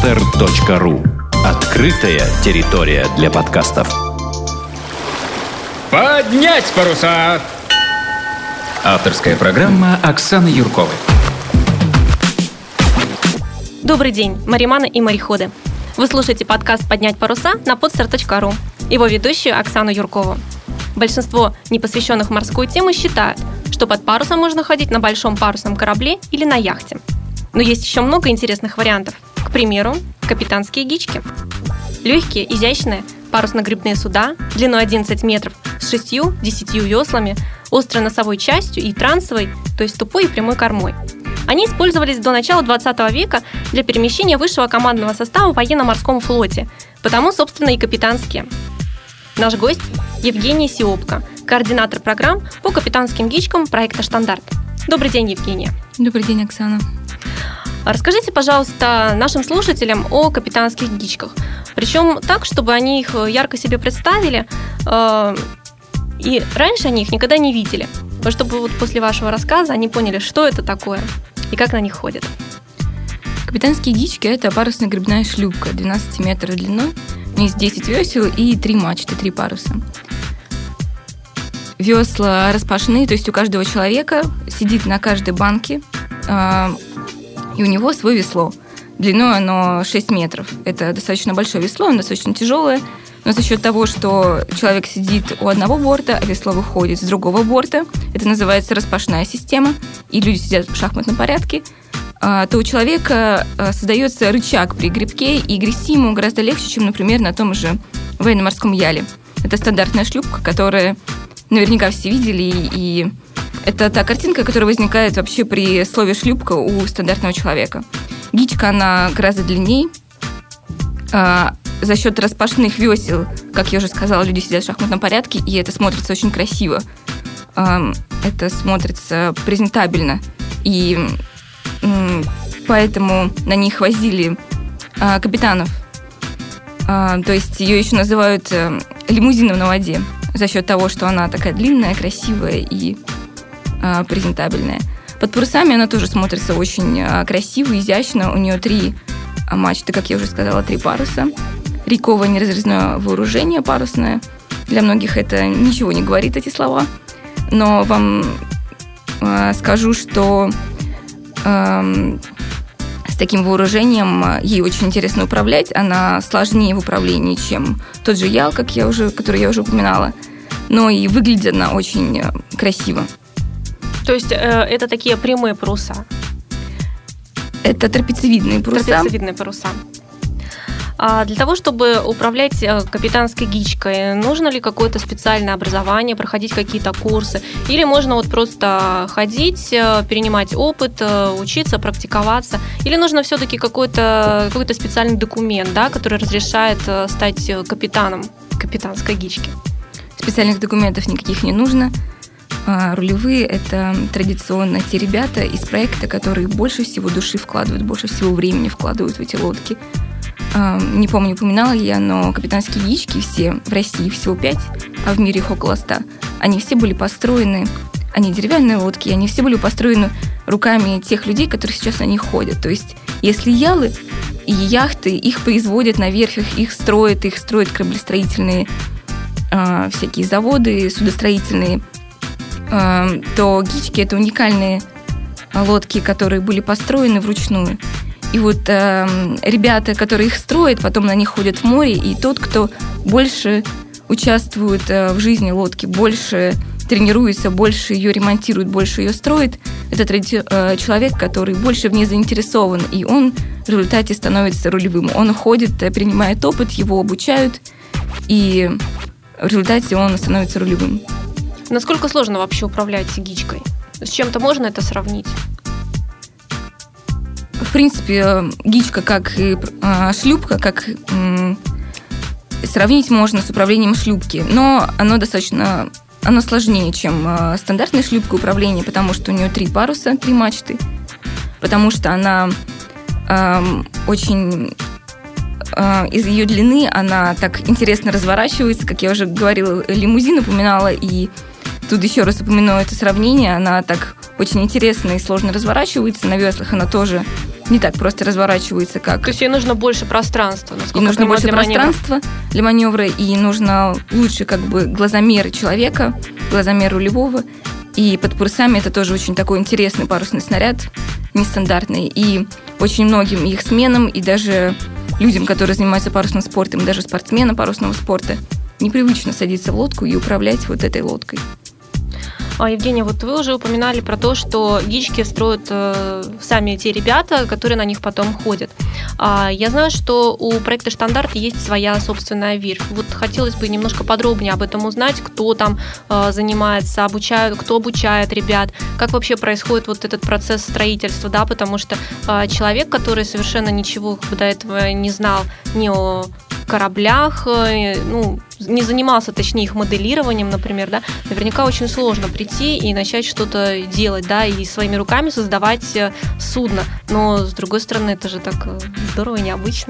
podster.ru. Открытая территория для подкастов. Поднять паруса! Авторская программа Оксаны Юрковой. Добрый день, мариманы и мореходы. Вы слушаете подкаст «Поднять паруса» на podster.ru. Его ведущую Оксану Юркову. Большинство непосвященных в морскую тему считают, что под парусом можно ходить на большом парусном корабле или на яхте. Но есть еще много интересных вариантов. К примеру, капитанские гички. Легкие, изящные парусно-гребные суда длиной 11 метров с 6-10 веслами, острой носовой частью и трансовой, то есть тупой и прямой кормой. Они использовались до начала 20 века для перемещения высшего командного состава в военно-морском флоте, потому, собственно, и капитанские. Наш гость – Евгения Сиопко, координатор программ по капитанским гичкам проекта «Штандарт». Добрый день, Евгения. Добрый день, Оксана. Расскажите, пожалуйста, нашим слушателям о капитанских гичках. Причем так, чтобы они их ярко себе представили, и раньше они их никогда не видели. Чтобы вот после вашего рассказа они поняли, что это такое и как на них ходят. Капитанские гички – это парусная гребная шлюпка 12 метров длиной, у нее есть 10 весел и 3 мачты, 3 паруса. Весла распашные, то есть у каждого человека сидит на каждой банке, и у него свое весло. Длиной оно 6 метров. Это достаточно большое весло, оно достаточно тяжелое, но за счет того, что человек сидит у одного борта, а весло выходит с другого борта, это называется распашная система, и люди сидят в шахматном порядке, то у человека создается рычаг при гребке, и грести ему гораздо легче, чем, например, на том же военно-морском яле. Это стандартная шлюпка, которую наверняка все видели, и это та картинка, которая возникает вообще при слове «шлюпка» у стандартного человека. Гичка, она гораздо длиннее. За счет распашных весел, как я уже сказала, люди сидят в шахматном порядке, и это смотрится очень красиво. Это смотрится презентабельно. И поэтому на них возили капитанов. То есть ее еще называют лимузином на воде за счет того, что она такая длинная, красивая и презентабельная. Под парусами она тоже смотрится очень красиво, изящно. У нее 3 мачты, как я уже сказала, 3 паруса. Рейковое неразрезное вооружение парусное. Для многих это ничего не говорит, эти слова. Но вам скажу, что с таким вооружением ей очень интересно управлять. Она сложнее в управлении, чем тот же ял, который я уже упоминала. Но и выглядит она очень красиво. То есть это такие прямые паруса? Это трапециевидные паруса. Трапециевидные паруса. А для того, чтобы управлять капитанской гичкой, нужно ли какое-то специальное образование, проходить какие-то курсы? Или можно вот просто ходить, перенимать опыт, учиться, практиковаться? Или нужно все-таки какой-то специальный документ, да, который разрешает стать капитаном капитанской гички? Специальных документов никаких не нужно. Рулевые – это традиционно те ребята из проекта, которые больше всего души вкладывают, больше всего времени вкладывают в эти лодки. Не помню, упоминала я, но капитанские гички все в России всего 5, а в мире их около 100. Они все были построены, они деревянные лодки, они все были построены руками тех людей, которые сейчас на них ходят. То есть, если ялы и яхты, их производят на верфях, их строят кораблестроительные всякие заводы, судостроительные, то гички – это уникальные лодки, которые были построены вручную. И вот ребята, которые их строят, потом на них ходят в море, и тот, кто больше участвует в жизни лодки, больше тренируется, больше ее ремонтирует, больше ее строит, это человек, который больше в ней заинтересован, и он в результате становится рулевым. Он ходит, принимает опыт, его обучают, и в результате он становится рулевым. Насколько сложно вообще управлять гичкой? С чем-то можно это сравнить? В принципе, гичка, как и шлюпка, сравнить можно с управлением шлюпки, но оно сложнее, чем стандартная шлюпка управления, потому что у нее 3 паруса, 3 мачты, потому что она очень из ее длины она так интересно разворачивается, как я уже говорила, лимузин упоминала, и тут еще раз упомяну это сравнение, она так очень интересно и сложно разворачивается, на веслах она тоже не так просто разворачивается, как... То есть ей нужно больше пространства, И нужно больше пространства для маневра, и нужно лучше как бы глазомер человека, глазомер рулевого. И под парусами это тоже очень такой интересный парусный снаряд, нестандартный. И очень многим их сменам, и даже людям, которые занимаются парусным спортом, даже спортсменам парусного спорта, непривычно садиться в лодку и управлять вот этой лодкой. Евгения, вот вы уже упоминали про то, что гички строят сами те ребята, которые на них потом ходят. Я знаю, что у проекта «Штандарт» есть своя собственная верфь. Вот хотелось бы немножко подробнее об этом узнать, кто там занимается, кто обучает ребят, как вообще происходит вот этот процесс строительства, да, потому что человек, который совершенно ничего до этого не знал ни о кораблях, не занимался, точнее, их моделированием, например, да, наверняка очень сложно прийти и начать что-то делать, да, и своими руками создавать судно. Но, с другой стороны, это же так здорово и необычно.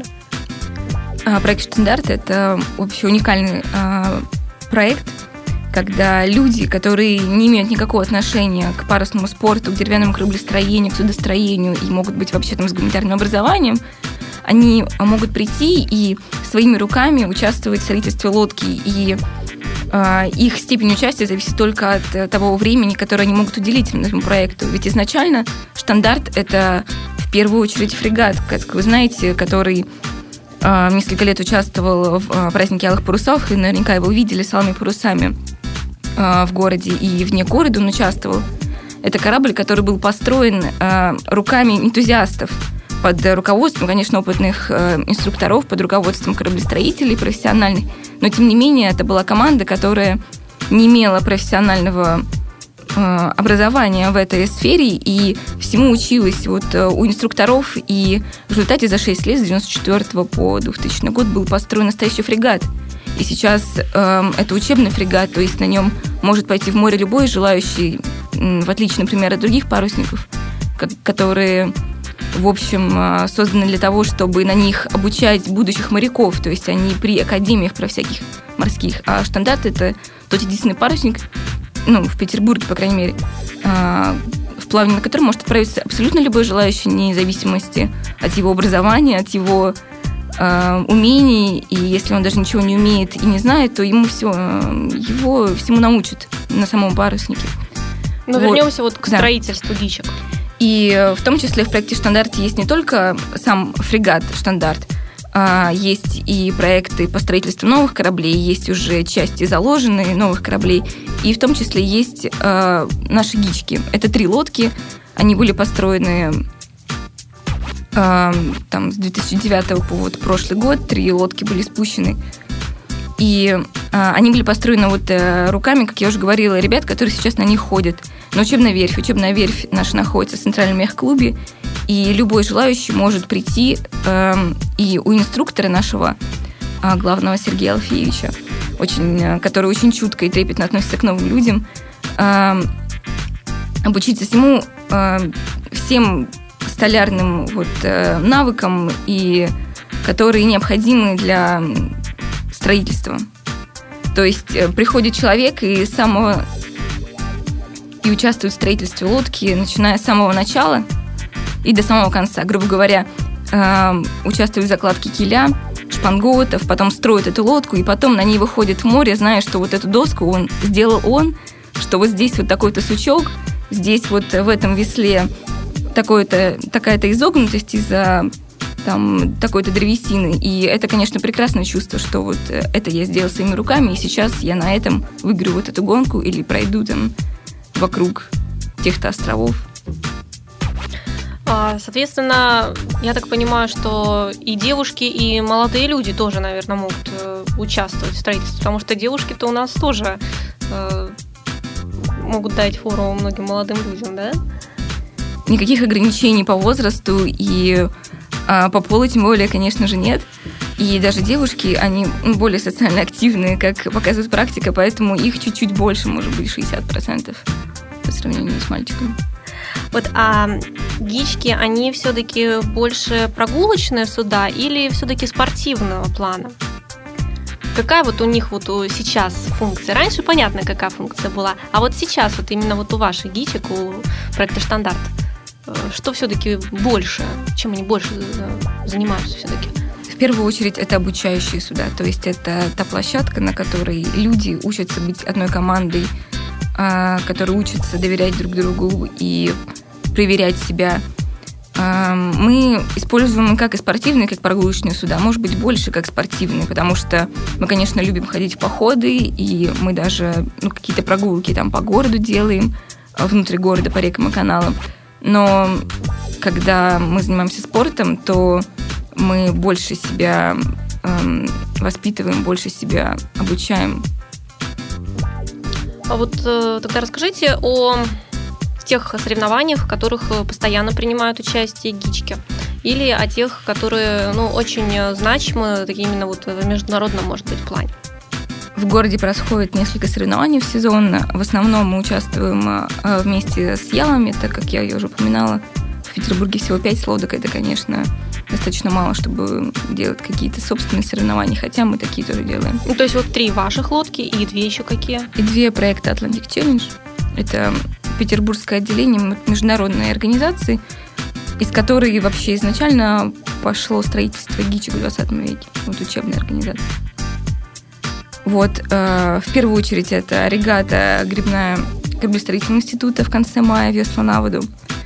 Проект «Штандарт» — это вообще уникальный проект, когда люди, которые не имеют никакого отношения к парусному спорту, к деревянному кораблестроению, к судостроению и могут быть вообще там с гуманитарным образованием, они могут прийти и своими руками участвовать в строительстве лодки, и их степень участия зависит только от того времени, которое они могут уделить этому проекту. Ведь изначально «Штандарт» — это в первую очередь фрегат, как вы знаете, который несколько лет участвовал в празднике Алых Парусов, и наверняка его видели с алыми парусами в городе, и вне города он участвовал. Это корабль, который был построен руками энтузиастов, под руководством, конечно, опытных инструкторов, под руководством кораблестроителей профессиональных, но, тем не менее, это была команда, которая не имела профессионального образования в этой сфере и всему училась вот у инструкторов, и в результате за 6 лет, с 1994 по 2000 год, был построен настоящий фрегат. И сейчас это учебный фрегат, то есть на нем может пойти в море любой желающий, в отличие, например, от других парусников, которые... в общем, созданы для того, чтобы на них обучать будущих моряков, то есть они при академиях про всяких морских. А «Штандарт» — это тот единственный парусник, в Петербурге, по крайней мере, в плавание на котором может отправиться абсолютно любой желающий, вне зависимости от его образования, от его умений, и если он даже ничего не умеет и не знает, то его всему научат на самом паруснике. Но вернемся к строительству гичек. И в том числе в проекте «Штандарт» есть не только сам фрегат «Штандарт», есть и проекты по строительству новых кораблей, есть уже части заложенные новых кораблей, и в том числе есть наши гички. Это 3 лодки, они были построены с 2009 по прошлый год, 3 лодки были спущены. И они были построены руками, как я уже говорила, ребят, которые сейчас на них ходят. На учебная верфь наша находится в Центральном мехклубе, и любой желающий может прийти, и у инструктора нашего главного Сергея Алфеевича, который очень чутко и трепетно относится к новым людям, обучиться всему, всем столярным навыкам, и которые необходимы для строительства. То есть приходит человек и участвует в строительстве лодки, начиная с самого начала и до самого конца. Грубо говоря, участвует в закладке киля, шпангоутов, потом строит эту лодку, и потом на ней выходит в море, зная, что эту доску сделал он, что здесь такой-то сучок, здесь в этом весле такая-то изогнутость из-за такой-то древесины. И это, конечно, прекрасное чувство, что это я сделал своими руками, и сейчас я на этом выиграю эту гонку или пройду вокруг тех-то островов. Соответственно, я так понимаю, что и девушки, и молодые люди тоже, наверное, могут участвовать в строительстве, потому что девушки-то у нас тоже могут дать фору многим молодым людям, да? Никаких ограничений по возрасту и по полу тем более, конечно же, нет. И даже девушки, они более социально активные, как показывает практика, поэтому их чуть-чуть больше, может быть, 60% по сравнению с мальчиками. А гички, они все-таки больше прогулочные суда или все-таки спортивного плана? Какая у них сейчас функция? Раньше понятно, какая функция была, а сейчас именно у ваших гичек, у проекта «Штандарт». Что все-таки больше? Чем они больше занимаются все-таки? В первую очередь это обучающие суда, то есть это та площадка, на которой люди учатся быть одной командой, которые учатся доверять друг другу и проверять себя. Мы используем как и спортивные, как и прогулочные суда, может быть, больше как спортивные, потому что мы, конечно, любим ходить в походы, и мы даже какие-то прогулки там по городу делаем, внутри города, по рекам и каналам. Но когда мы занимаемся спортом, то мы больше себя воспитываем, больше себя обучаем. А вот тогда расскажите о тех соревнованиях, в которых постоянно принимают участие гички, или о тех, которые очень значимы, именно в международном, может быть, плане. В городе происходит несколько соревнований в сезон. В основном мы участвуем вместе с Ялами, так как я ее уже упоминала. В Петербурге всего 5 лодок. Это, конечно, достаточно мало, чтобы делать какие-то собственные соревнования, хотя мы такие тоже делаем. То есть 3 ваших лодки и 2 еще какие? И 2 проекта Atlantic Challenge. Это петербургское отделение международной организации, из которой вообще изначально пошло строительство гичек в 20 веке. Учебная организация. В первую очередь это регата грибная кораблестроительного института в конце мая, весла на воду.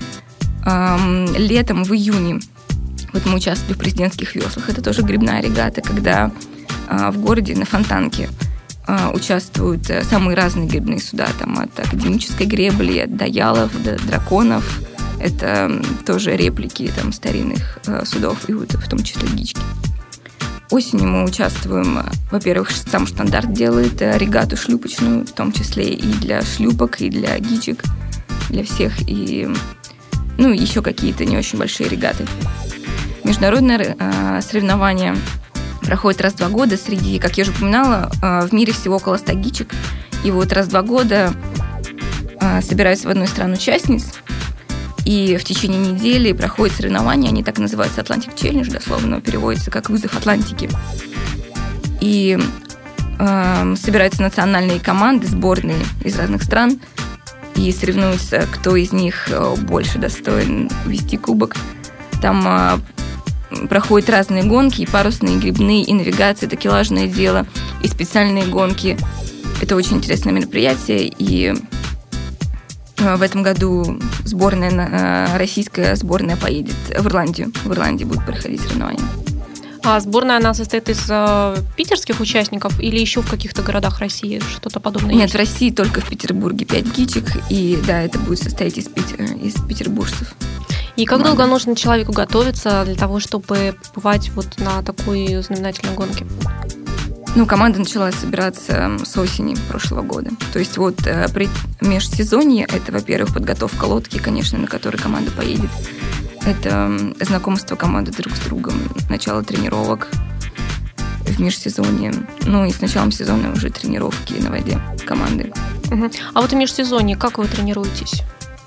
Летом, в июне, мы участвовали в президентских веслах. Это тоже грибная регата, когда в городе на Фонтанке участвуют самые разные грибные суда, там от академической гребли, до ялов, до драконов. Это тоже реплики там старинных судов, и в том числе гички. Осенью мы участвуем, во-первых, сам штандарт делает регату шлюпочную, в том числе и для шлюпок, и для гичек, для всех, и еще какие-то не очень большие регаты. Международное соревнование проходит раз в 2 года среди, как я уже упоминала, в мире всего около 100 гичек, и раз в 2 года собираются в одну из стран-участниц, и в течение недели проходят соревнования, они так и называются Atlantic Challenge, дословно переводится как «Вызов Атлантики». И собираются национальные команды, сборные из разных стран, и соревнуются, кто из них больше достоин вести кубок. Там проходят разные гонки, и парусные, и грибные, и навигация, такелажное дело, и специальные гонки. Это очень интересное мероприятие, и в этом году российская сборная поедет в Ирландию. В Ирландии будут проходить соревнования. А сборная, она состоит из питерских участников или еще в каких-то городах России что-то подобное? Нет, в России только в Петербурге 5 гичек, и да, это будет состоять из петербуржцев. И как долго нужно человеку готовиться для того, чтобы побывать на такой знаменательной гонке? Команда начала собираться с осени прошлого года. То есть при межсезонье это, во-первых, подготовка лодки, конечно, на которой команда поедет. Это знакомство команды друг с другом, начало тренировок в межсезонье. И с началом сезона уже тренировки на воде команды. А в межсезонье как вы тренируетесь?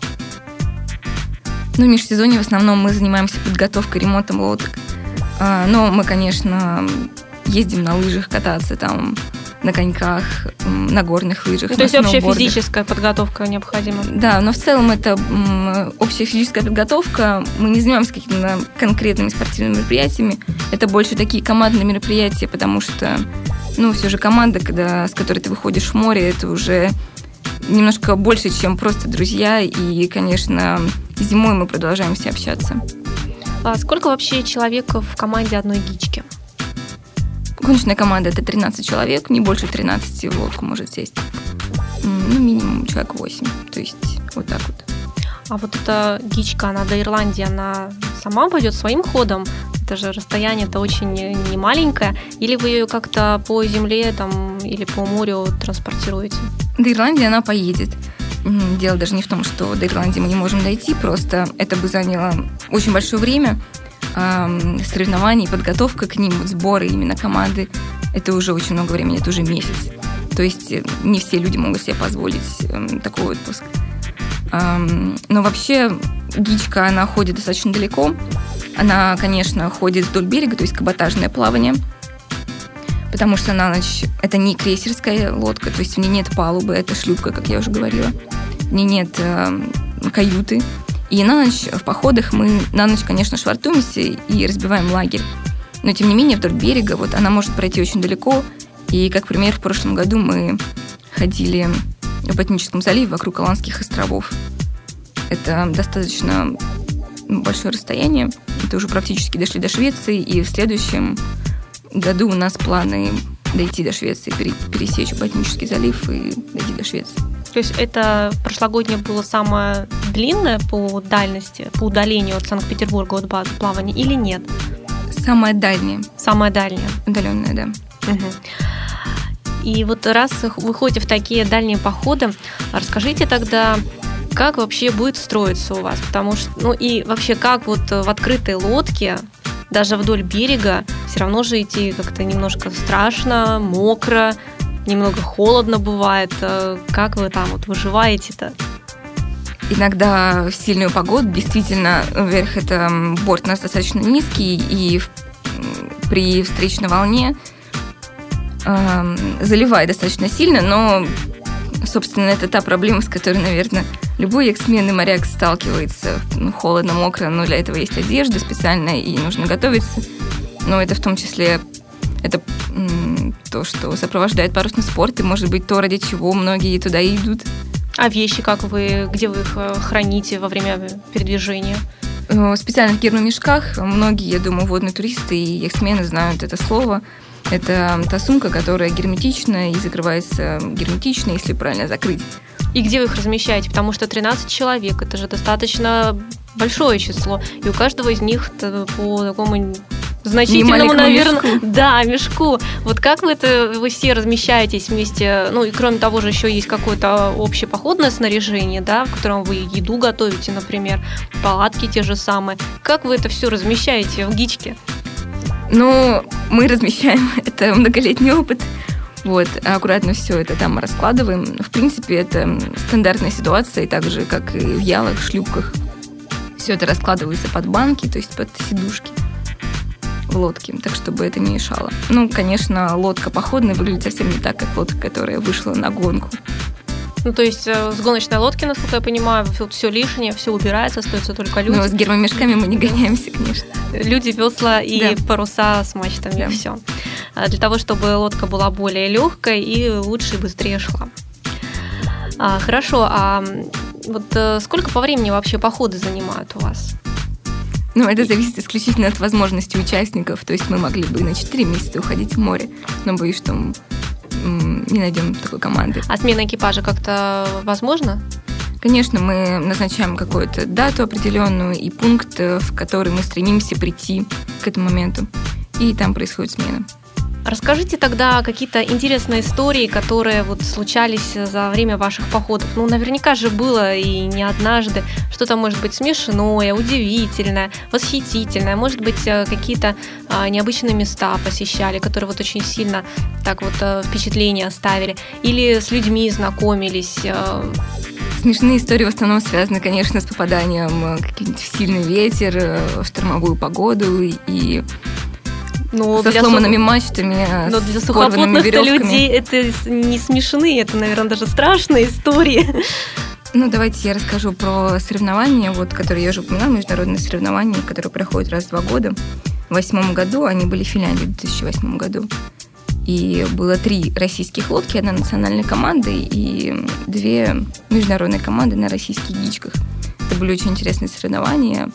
В межсезонье в основном мы занимаемся подготовкой, ремонтом лодок. Но мы, конечно, ездим на лыжах кататься, там, на коньках, на горных лыжах. То есть общая физическая подготовка необходима? Да, но в целом это общая физическая подготовка. Мы не занимаемся какими-то конкретными спортивными мероприятиями. Это больше такие командные мероприятия, потому что, все же команда, с которой ты выходишь в море, это уже немножко больше, чем просто друзья. И, конечно, зимой мы продолжаем все общаться. А сколько вообще человек в команде одной гички? Гоночная команда – это 13 человек, не больше 13 в лодку может сесть. Минимум человек 8, то есть вот так вот. А эта гичка, она до Ирландии, она сама пойдет своим ходом? Это же расстояние-то очень немаленькое. Или вы ее как-то по земле или по морю транспортируете? До Ирландии она поедет. Дело даже не в том, что до Ирландии мы не можем дойти, просто это бы заняло очень большое время. Соревнований, подготовка к ним, сборы именно команды, это уже очень много времени, это уже месяц. То есть не все люди могут себе позволить такой отпуск. Но вообще гичка, она ходит достаточно далеко. Она, конечно, ходит вдоль берега, то есть каботажное плавание, потому что на ночь это не крейсерская лодка, то есть в ней нет палубы, это шлюпка, как я уже говорила. В ней нет каюты. И на ночь в походах мы на ночь, конечно, швартуемся и разбиваем лагерь. Но, тем не менее, вдоль берега вот она может пройти очень далеко. И, как пример, в прошлом году мы ходили в Ботническом заливе вокруг Аланских островов. Это достаточно большое расстояние. Это уже практически дошли до Швеции. И в следующем году у нас планы дойти до Швеции, пересечь Ботнический залив и дойти до Швеции. То есть это прошлогоднее было самое длинное по дальности, по удалению от Санкт-Петербурга от базы плавания или нет? Самое дальнее. Самое дальнее. Удаленное, да. Угу. И вот раз вы ходите в такие дальние походы, расскажите тогда, как вообще будет строиться у вас? Потому что, и вообще, как вот в открытой лодке, даже вдоль берега, все равно же идти как-то немножко страшно, мокро, немного холодно бывает. Как вы там вот выживаете-то? Иногда в сильную погоду, действительно, вверх это борт у нас достаточно низкий, и при встречной волне заливает достаточно сильно, но, собственно, это та проблема, с которой, наверное, любой эксменный моряк сталкивается. Холодно, мокро, но для этого есть одежда специальная, и нужно готовиться. Но это в том числе это то, что сопровождает парусный спорт, и, может быть, то, ради чего многие туда и идут. А вещи где вы их храните во время передвижения? В специальных гермомешках. Многие, я думаю, водные туристы и эксмены знают это слово. Это та сумка, которая герметична и закрывается герметично, если правильно закрыть. И где вы их размещаете? Потому что 13 человек, это же достаточно большое число. И у каждого из них по такому значительному, наверное, мешку. Вот как вы все размещаетесь вместе? И кроме того же еще есть какое-то общее походное снаряжение, да, в котором вы еду готовите, например, палатки те же самые. Как вы это все размещаете в гичке? Мы размещаем, это многолетний опыт. Вот, аккуратно все это там раскладываем. В принципе, это стандартная ситуация, и так же, как и в ялах, шлюпках. Все это раскладывается под банки, то есть под сидушки в лодке, так, чтобы это не мешало. Конечно, лодка походная выглядит совсем не так, как лодка, которая вышла на гонку. То есть с гоночной лодки, насколько я понимаю, все лишнее, все убирается, остаются только люди. С гермомешками мы не гоняемся, конечно. Люди, весла и паруса с мачтами, и все. Для того, чтобы лодка была более легкой и лучше и быстрее шла. Хорошо, а вот сколько по времени вообще походы занимают у вас? Это зависит исключительно от возможностей участников. То есть мы могли бы на 4 месяца уходить в море, но боюсь, что не найдем такой команды. А смена экипажа как-то возможно? Конечно, мы назначаем какую-то дату определенную и пункт, в который мы стремимся прийти к этому моменту. И там происходит смена. Расскажите тогда какие-то интересные истории, которые случались за время ваших походов. Наверняка же было и не однажды. Что-то может быть смешное, удивительное, восхитительное. Может быть, какие-то необычные места посещали, которые очень сильно так впечатление оставили. Или с людьми знакомились. Смешные истории в основном связаны, конечно, с попаданием в сильный ветер, в штормовую погоду и со сломанными мачтами, но для сухопутных людей это не смешные, это, наверное, даже страшные истории. Давайте я расскажу про соревнования, которые я уже упоминала, международные соревнования, которые проходят раз в 2 года. В 2008 году они были в Финляндии, в 2008 году. И было 3 российских лодки, 1 национальной команды и 2 международные команды на российских гичках. Это были очень интересные соревнования.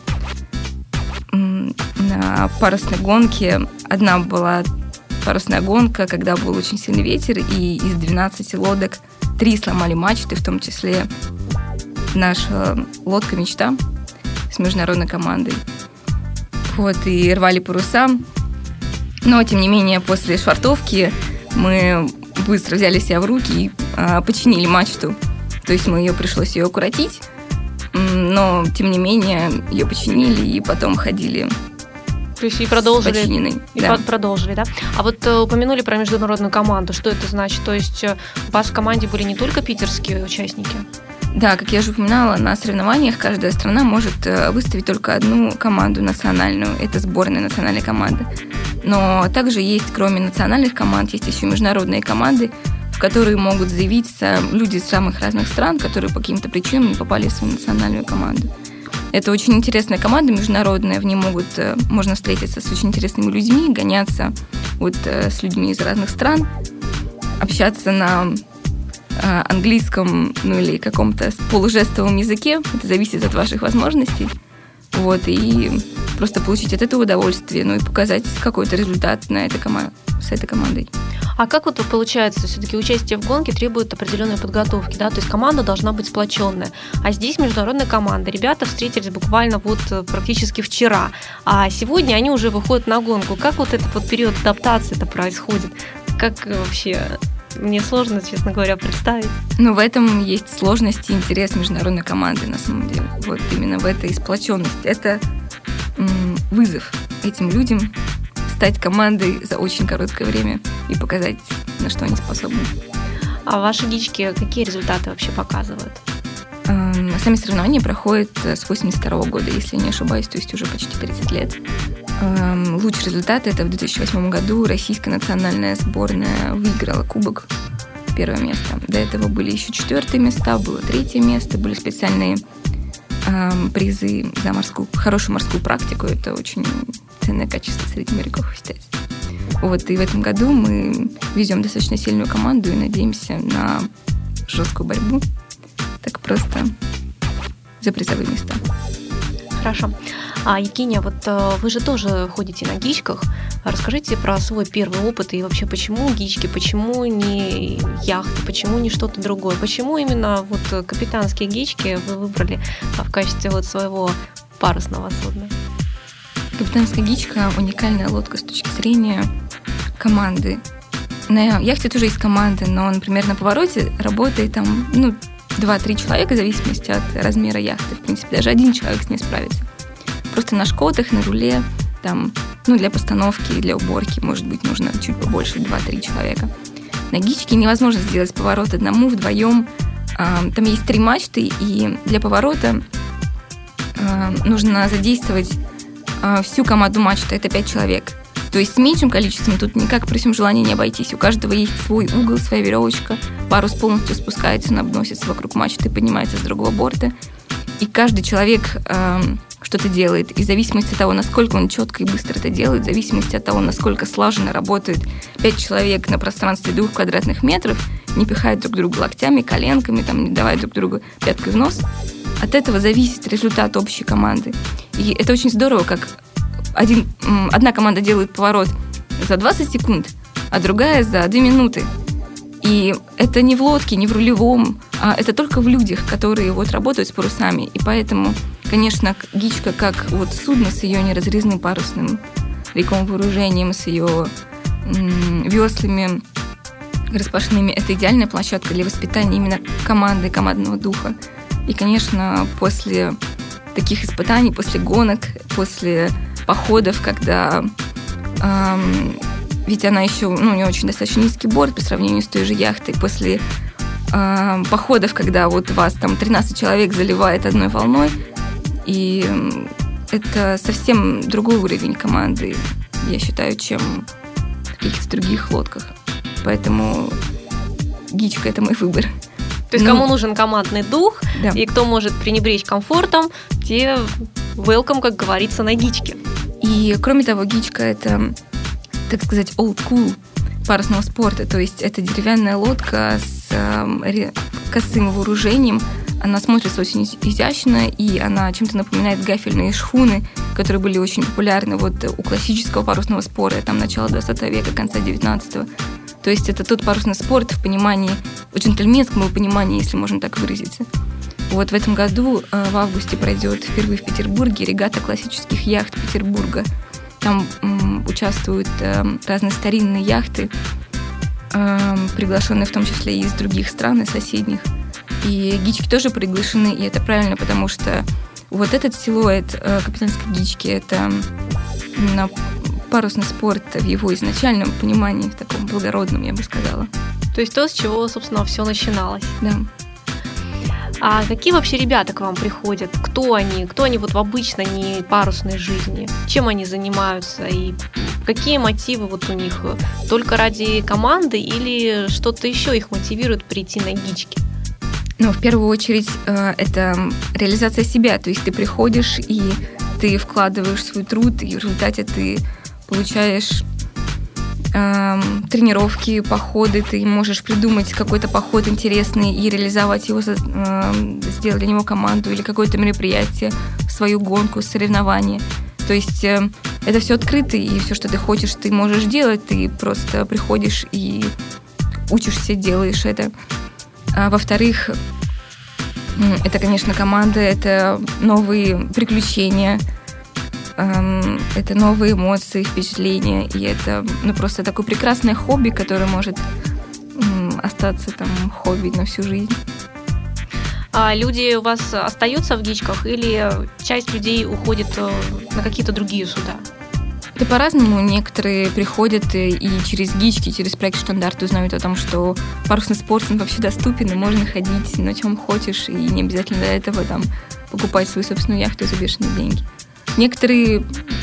На парусной гонке одна была парусная гонка, когда был очень сильный ветер, и из 12 лодок 3 сломали мачты, в том числе наша лодка «Мечта» с международной командой. И рвали паруса. Но, тем не менее, после швартовки мы быстро взяли себя в руки и починили мачту. То есть ее пришлось укоротить, но, тем не менее, ее починили и потом ходили. То есть и продолжили. Починенной. Продолжили, да? А упомянули про международную команду. Что это значит? То есть у вас в команде были не только питерские участники? Да, как я уже упоминала, на соревнованиях каждая страна может выставить только одну команду национальную. Это сборная национальной команды. Но также есть, кроме национальных команд, есть еще международные команды, в которые могут заявиться люди из самых разных стран, которые по каким-то причинам не попали в свою национальную команду. Это очень интересная команда международная, в ней можно встретиться с очень интересными людьми, гоняться с людьми из разных стран, общаться на английском, или каком-то полужестовом языке. Это зависит от ваших возможностей. И просто получить от этого удовольствие, и показать какой-то результат с этой командой. А как получается, все-таки участие в гонке требует определенной подготовки, да? То есть команда должна быть сплоченная. А здесь международная команда. Ребята встретились буквально практически вчера. А сегодня они уже выходят на гонку. Как этот период адаптации-то происходит? Как вообще... Мне сложно, честно говоря, представить. В этом есть сложность и интерес международной команды, на самом деле. Именно в этой сплоченности. Это вызов этим людям стать командой за очень короткое время и показать, на что они способны. А ваши гички какие результаты вообще показывают? Сами соревнования проходят с 1982 года, если я не ошибаюсь, то есть уже почти 30 лет. Лучший результат — это в 2008 году российская национальная сборная выиграла кубок, 1 место. До этого были еще 4 места, было 3 место, были специальные призы за хорошую морскую практику. Это очень ценное качество среди моряков, считается. И в этом году мы везем достаточно сильную команду и надеемся на жесткую борьбу. Так просто за призовые места. Хорошо. Евгения, вы же тоже ходите на гичках. Расскажите про свой первый опыт и вообще, почему гички, почему не яхты, почему не что-то другое, почему именно капитанские гички вы выбрали в качестве своего парусного судна? Капитанская гичка — уникальная лодка с точки зрения команды. На яхте тоже есть команда, но, например, на повороте работает 2-3 человека, в зависимости от размера яхты. В принципе, даже один человек с ней справится. Просто на шкотах, на руле, для постановки и для уборки, может быть, нужно чуть побольше, 2-3 человека. На гичке невозможно сделать поворот одному, вдвоем. Там есть 3 мачты, и для поворота нужно задействовать всю команду мачты, это 5 человек. То есть с меньшим количеством тут никак при всем желании не обойтись. У каждого есть свой угол, своя веревочка. Парус полностью спускается, он обносится вокруг мачты, поднимается с другого борта. И каждый человек что-то делает. И в зависимости от того, насколько он четко и быстро это делает, в зависимости от того, насколько слаженно работают 5 человек на пространстве 2 квадратных метров, не пихают друг друга локтями, коленками, не давая друг другу пяткой в нос, от этого зависит результат общей команды. И это очень здорово, как одна команда делает поворот за 20 секунд, а другая за 2 минуты. И это не в лодке, не в рулевом, а это только в людях, которые работают с парусами. И поэтому, конечно, гичка как судно с ее неразрезным парусным рейковым вооружением, с ее веслами распашными, это идеальная площадка для воспитания именно команды, командного духа. И, конечно, после таких испытаний, после гонок, после походов, когда... ведь она еще, у нее очень достаточно низкий борт по сравнению с той же яхтой. После походов, когда вас 13 человек заливает одной волной, и это совсем другой уровень команды, я считаю, чем в каких-то других лодках. Поэтому гичка — это мой выбор. То есть кому нужен командный дух, да, и кто может пренебречь комфортом, те welcome, как говорится, на гичке. И, кроме того, гичка — это, так сказать, old school парусного спорта. То есть это деревянная лодка с косым вооружением. Она смотрится очень изящно, и она чем-то напоминает гафельные шхуны, которые были очень популярны у классического парусного спорта, начала 20 века, конца 19-го. То есть это тот парусный спорт в понимании, в джентльменском понимании, если можно так выразиться. В этом году в августе пройдет впервые в Петербурге регата классических яхт Петербурга. Там участвуют разные старинные яхты, приглашенные в том числе и из других стран, и соседних. И гички тоже приглашены, и это правильно, потому что этот силуэт капитанской гички — это именно парусный спорт в его изначальном понимании, в таком благородном, я бы сказала. То есть то, с чего, собственно, все начиналось. Да. А какие вообще ребята к вам приходят? Кто они? Кто они в обычной, не парусной жизни? Чем они занимаются? И какие мотивы у них? Только ради команды или что-то еще их мотивирует прийти на гички? Ну, в первую очередь, это реализация себя. То есть ты приходишь, и ты вкладываешь свой труд, и в результате ты получаешь тренировки, походы. Ты можешь придумать какой-то поход интересный и реализовать его, сделать для него команду или какое-то мероприятие, свою гонку, соревнование. То есть это все открыто, и все, что ты хочешь, ты можешь делать. Ты просто приходишь и учишься, делаешь это. А во-вторых, это, конечно, команда, это новые приключения, это новые эмоции, впечатления, и это просто такое прекрасное хобби, которое может остаться там хобби на всю жизнь. А люди у вас остаются в гичках или часть людей уходит на какие-то другие суда? Это по-разному. Некоторые приходят и через гички, через проект «Штандарт» узнают о том, что парусный спорт вообще доступен, и можно ходить на чем хочешь, и не обязательно для этого там покупать свою собственную яхту за бешеные деньги. Некоторые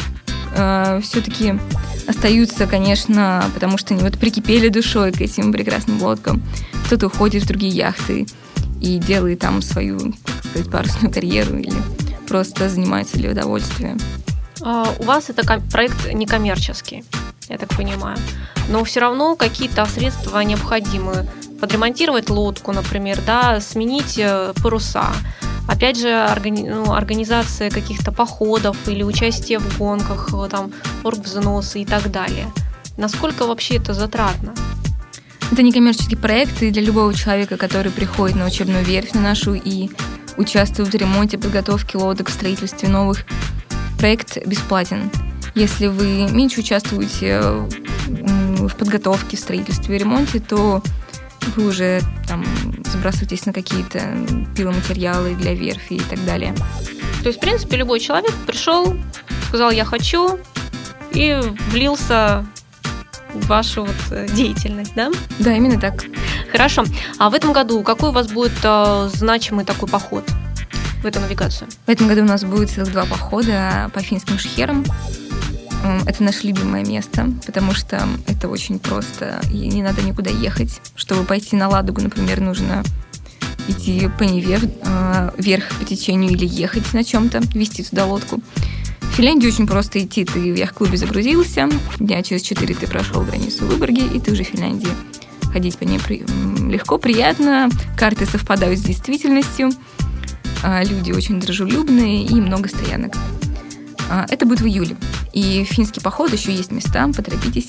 все-таки остаются, конечно, потому что они вот прикипели душой к этим прекрасным лодкам. Кто-то уходит в другие яхты и делает там свою, так сказать, парусную карьеру или просто занимается для удовольствия. У вас это проект некоммерческий, я так понимаю, но все равно какие-то средства необходимы. Подремонтировать лодку, например, да, сменить паруса. Опять же, организация каких-то походов или участие в гонках, там, оргвзносы и так далее. Насколько вообще это затратно? Это некоммерческий проект, и для любого человека, который приходит на учебную верфь на нашу и участвует в ремонте, подготовке лодок, в строительстве новых, проект бесплатен. Если вы меньше участвуете в подготовке, в строительстве и ремонте, то вы уже там забрасываетесь на какие-то пиломатериалы для верфи и так далее. То есть, в принципе, любой человек пришел, сказал «я хочу» и влился в вашу вот деятельность, да? Да, именно так. Хорошо. А в этом году какой у вас будет значимый такой поход в эту навигацию? В этом году у нас будет целых 2 похода по финским шхерам. Это наше любимое место, потому что это очень просто, и не надо никуда ехать. Чтобы пойти на Ладогу, например, нужно идти по Неве вверх по течению или ехать на чем-то, везти туда лодку. В Финляндии очень просто идти. Ты в яхт-клубе загрузился, дня через 4 ты прошел границу Выборги, и ты уже в Финляндии. Ходить по ней легко, приятно, карты совпадают с действительностью, люди очень дружелюбные и много стоянок. Это будет в июле. И в финский поход еще есть места, поторопитесь.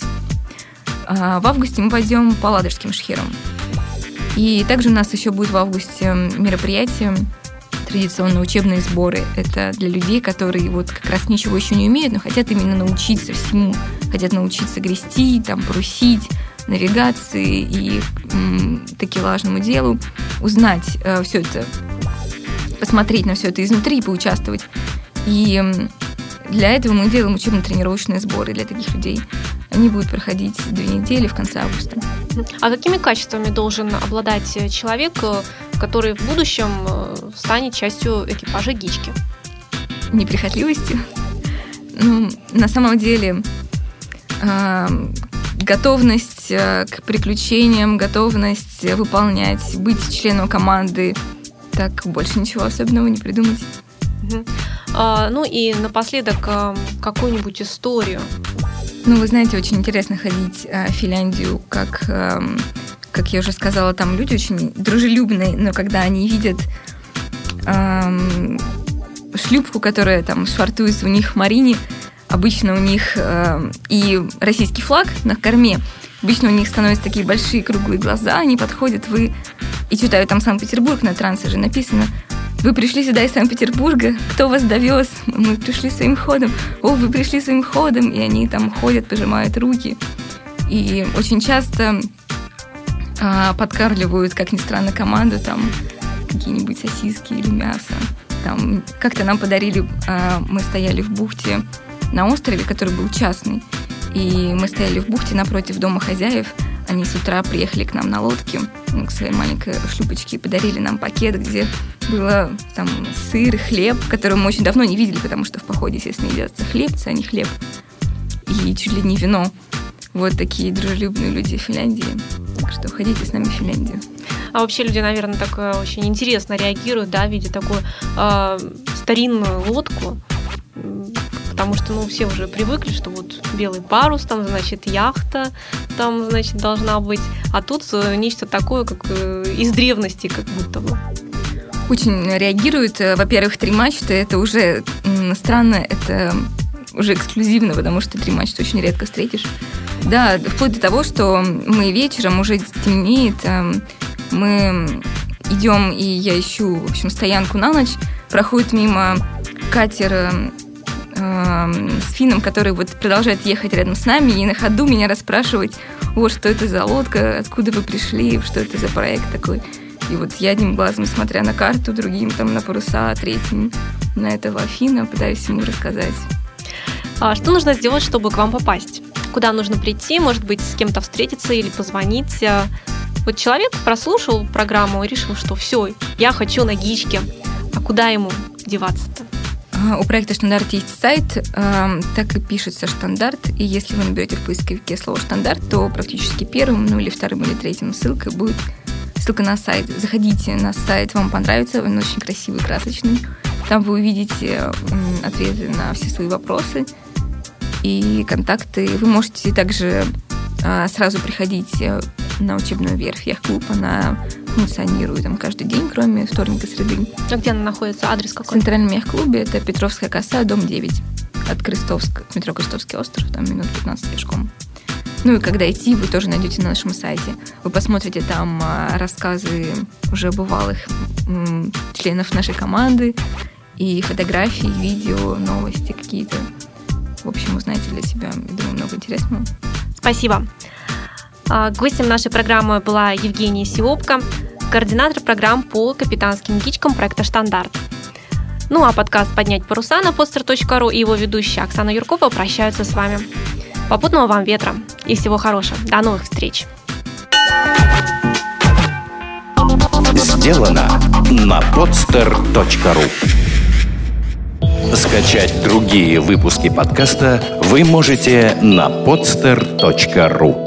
В августе мы пойдем по Ладожским шхерам. И также у нас еще будет в августе мероприятие, традиционные учебные сборы. Это для людей, которые вот как раз ничего еще не умеют, но хотят именно научиться всему. Хотят научиться грести, там, парусить, навигации и такелажному делу. Узнать все это, посмотреть на все это изнутри и поучаствовать. И для этого мы делаем учебно-тренировочные сборы для таких людей. Они будут проходить 2 недели в конце августа. А какими качествами должен обладать человек, который в будущем станет частью экипажа гички? Неприхотливостью. На самом деле, готовность к приключениям, готовность выполнять, быть членом команды. Так, больше ничего особенного не придумать. Ну и напоследок какую-нибудь историю. Вы знаете, очень интересно ходить в Финляндию, как я уже сказала, там люди очень дружелюбные, но когда они видят шлюпку, которая там швартуется у них в марине, обычно у них и российский флаг на корме, обычно у них становятся такие большие круглые глаза, они подходят, и читают там Санкт-Петербург, на трансе же написано: вы пришли сюда из Санкт-Петербурга, кто вас довез? Мы пришли своим ходом. О, вы пришли своим ходом. И они там ходят, пожимают руки. И очень часто подкармливают, как ни странно, команду, там какие-нибудь сосиски или мясо. Там как-то нам подарили, мы стояли в бухте на острове, который был частный. И мы стояли в бухте напротив дома хозяев. Они с утра приехали к нам на лодке, к своей маленькой шлюпочке, и подарили нам пакет, где было там сыр, хлеб, который мы очень давно не видели, потому что в походе, естественно, едятся хлебцы, а не хлеб. И чуть ли не вино. Вот такие дружелюбные люди в Финляндии. Так что ходите с нами в Финляндию. А вообще люди, наверное, так очень интересно реагируют, да, видя такую старинную лодку. Потому что, все уже привыкли, что вот белый парус, там, значит, яхта, там, значит, должна быть. А тут нечто такое, как из древности, как будто бы. Очень реагируют. Во-первых, 3 мачты, это уже странно, это уже эксклюзивно, потому что 3 мачты очень редко встретишь. Да, вплоть до того, что мы вечером, уже темнеет, мы идем, и я ищу, в общем, стоянку на ночь, проходит мимо катер с финном, который вот продолжает ехать рядом с нами, и на ходу меня расспрашивать, что это за лодка, откуда вы пришли, что это за проект такой. И вот я одним глазом, смотря на карту, другим там на паруса, третьим на этого финна, пытаюсь ему рассказать. А что нужно сделать, чтобы к вам попасть? Куда нужно прийти, может быть, с кем-то встретиться или позвонить? Вот человек прослушал программу и решил, что все, я хочу на гичке. А куда ему деваться-то? У проекта «Штандарт» есть сайт, так и пишется «Штандарт», и если вы наберете в поисковике слово «Штандарт», то практически первым, или вторым, или третьим ссылка будет ссылка на сайт. Заходите на сайт, вам понравится, он очень красивый, красочный. Там вы увидите ответы на все свои вопросы и контакты. Вы можете также сразу приходить на учебную верфь Яхт-клуб. Она функционирует там каждый день, кроме вторника и среды. А где она находится? Адрес какой? В Центральном Яхт-клубе. Это Петровская коса, дом 9. От метро Крестовский остров, там минут 15 пешком. И когда идти, вы тоже найдете на нашем сайте. Вы посмотрите там рассказы уже бывалых членов нашей команды, и фотографии, видео, новости какие-то. В общем, узнаете для себя, я думаю, много интересного. Спасибо. Гостем нашей программы была Евгения Сиопко, координатор программ по капитанским гичкам проекта «Штандарт». А подкаст «Поднять паруса» на podster.ru и его ведущая Оксана Юркова прощаются с вами. Попутного вам ветра и всего хорошего. До новых встреч. Сделано на podster.ru. Скачать другие выпуски подкаста вы можете на podster.ru.